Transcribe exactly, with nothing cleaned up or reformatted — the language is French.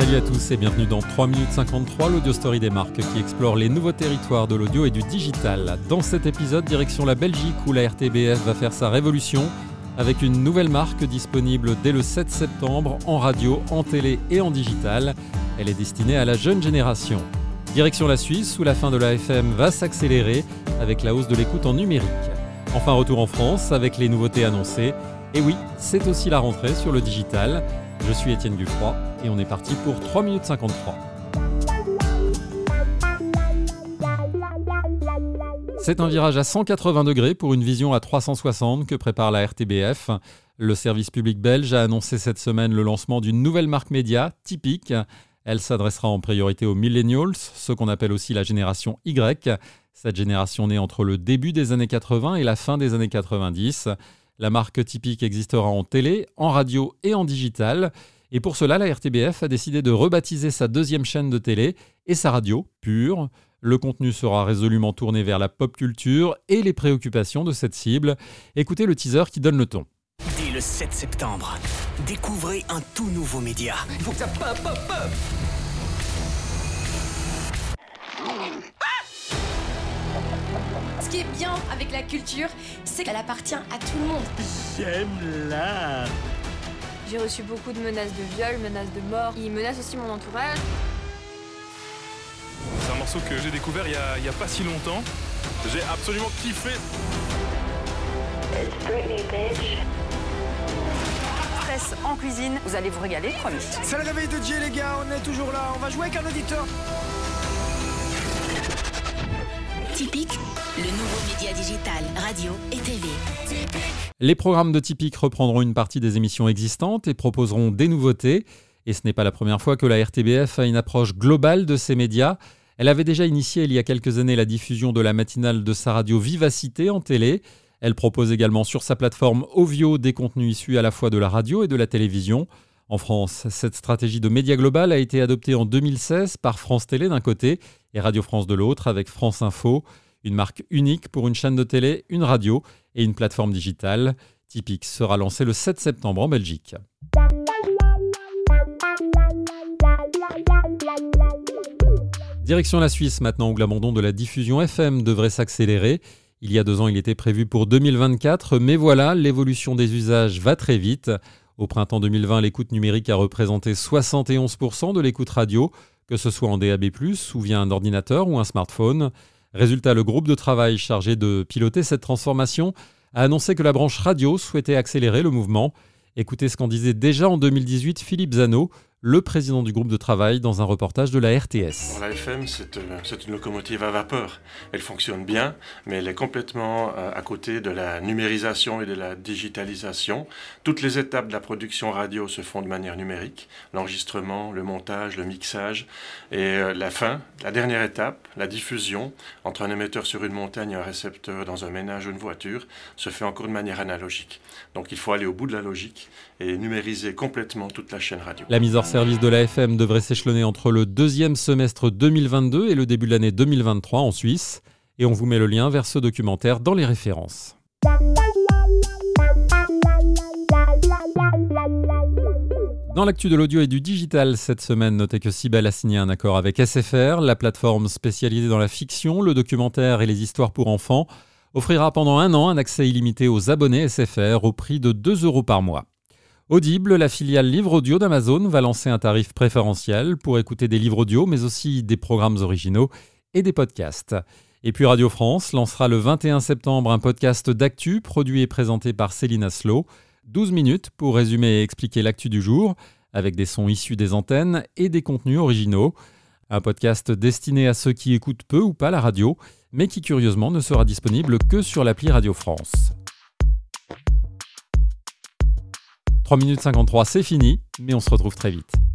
Salut à tous et bienvenue dans trois minutes cinquante-trois, l'audio story des marques qui explore les nouveaux territoires de l'audio et du digital. Dans cet épisode, direction la Belgique où la R T B F va faire sa révolution avec une nouvelle marque disponible dès le sept septembre en radio, en télé et en digital. Elle est destinée à la jeune génération. Direction la Suisse où la fin de l'A F M va s'accélérer avec la hausse de l'écoute en numérique. Enfin, retour en France avec les nouveautés annoncées. Et oui, c'est aussi la rentrée sur le digital. Je suis Étienne Guffroy et on est parti pour trois minutes cinquante-trois. C'est un virage à cent quatre-vingts degrés pour une vision à trois cent soixante que prépare la R T B F. Le service public belge a annoncé cette semaine le lancement d'une nouvelle marque média, Typique. Elle s'adressera en priorité aux millennials, ceux qu'on appelle aussi la génération Y. Cette génération née entre le début des années quatre-vingts et la fin des années quatre-vingt-dix. La marque Typique existera en télé, en radio et en digital. Et pour cela, la R T B F a décidé de rebaptiser sa deuxième chaîne de télé et sa radio, Pure. Le contenu sera résolument tourné vers la pop culture et les préoccupations de cette cible. Écoutez le teaser qui donne le ton. Dès le sept septembre, découvrez un tout nouveau média. Il faut que ça pop, pop, pop. Ce qui est bien avec la culture, c'est qu'elle appartient à tout le monde. J'aime l'art. J'ai reçu beaucoup de menaces de viol, menaces de mort. Ils menacent aussi mon entourage. C'est un morceau que j'ai découvert il y a, il y a pas si longtemps. J'ai absolument kiffé. Stress en cuisine, vous allez vous régaler, promis. C'est le réveil de Dieu les gars, on est toujours là, on va jouer avec un auditeur. Typique, le nouveau média digital, radio et T V. Les programmes de Typique reprendront une partie des émissions existantes et proposeront des nouveautés. Et ce n'est pas la première fois que la R T B F a une approche globale de ces médias. Elle avait déjà initié il y a quelques années la diffusion de la matinale de sa radio Vivacité en télé. Elle propose également sur sa plateforme Ovio des contenus issus à la fois de la radio et de la télévision. En France, cette stratégie de média global a été adoptée en deux mille seize par France Télé d'un côté et Radio France de l'autre avec France Info. Une marque unique pour une chaîne de télé, une radio et une plateforme digitale. Typique sera lancé le sept septembre en Belgique. Direction la Suisse maintenant où l'abandon de la diffusion F M devrait s'accélérer. Il y a deux ans, il était prévu pour deux mille vingt-quatre, mais voilà, l'évolution des usages va très vite. Au printemps deux mille vingt, l'écoute numérique a représenté soixante et onze pour cent de l'écoute radio, que ce soit en D A B plus, ou via un ordinateur ou un smartphone. Résultat, le groupe de travail chargé de piloter cette transformation a annoncé que la branche radio souhaitait accélérer le mouvement. Écoutez ce qu'en disait déjà en deux mille dix-huit Philippe Zano, le président du groupe de travail, dans un reportage de la R T S. La F M, c'est, euh, c'est une locomotive à vapeur. Elle fonctionne bien, mais elle est complètement euh, à côté de la numérisation et de la digitalisation. Toutes les étapes de la production radio se font de manière numérique. L'enregistrement, le montage, le mixage. Et euh, la fin, la dernière étape, la diffusion, entre un émetteur sur une montagne et un récepteur dans un ménage ou une voiture, se fait encore de manière analogique. Donc il faut aller au bout de la logique et numériser complètement toute la chaîne radio. La mise hors service de la F M devrait s'échelonner entre le deuxième semestre deux mille vingt-deux et le début de l'année deux mille vingt-trois en Suisse. Et on vous met le lien vers ce documentaire dans les références. Dans l'actu de l'audio et du digital cette semaine, notez que Cybelle a signé un accord avec S F R, la plateforme spécialisée dans la fiction, le documentaire et les histoires pour enfants, offrira pendant un an un accès illimité aux abonnés S F R au prix de deux euros par mois. Audible, la filiale livre audio d'Amazon, va lancer un tarif préférentiel pour écouter des livres audio, mais aussi des programmes originaux et des podcasts. Et puis Radio France lancera le vingt et un septembre un podcast d'actu produit et présenté par Céline Aslo. douze minutes pour résumer et expliquer l'actu du jour, avec des sons issus des antennes et des contenus originaux. Un podcast destiné à ceux qui écoutent peu ou pas la radio, mais qui curieusement ne sera disponible que sur l'appli Radio France. trois minutes cinquante-trois, c'est fini, mais on se retrouve très vite.